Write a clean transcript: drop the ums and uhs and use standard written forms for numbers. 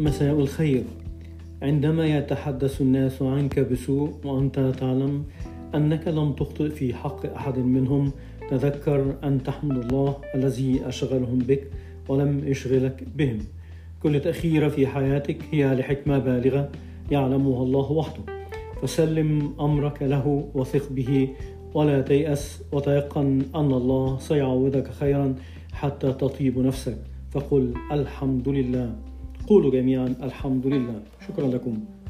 مساء الخير. عندما يتحدث الناس عنك بسوء وأنت تعلم أنك لم تخطئ في حق أحد منهم، تذكر أن تحمد الله الذي أشغلهم بك ولم يشغلك بهم. كل تأخير في حياتك هي لحكمة بالغة يعلمها الله وحده، فسلم أمرك له وثق به ولا تيأس، وتيقن أن الله سيعوضك خيرا حتى تطيب نفسك. فقل الحمد لله. قولوا جميعا الحمد لله. شكرا لكم.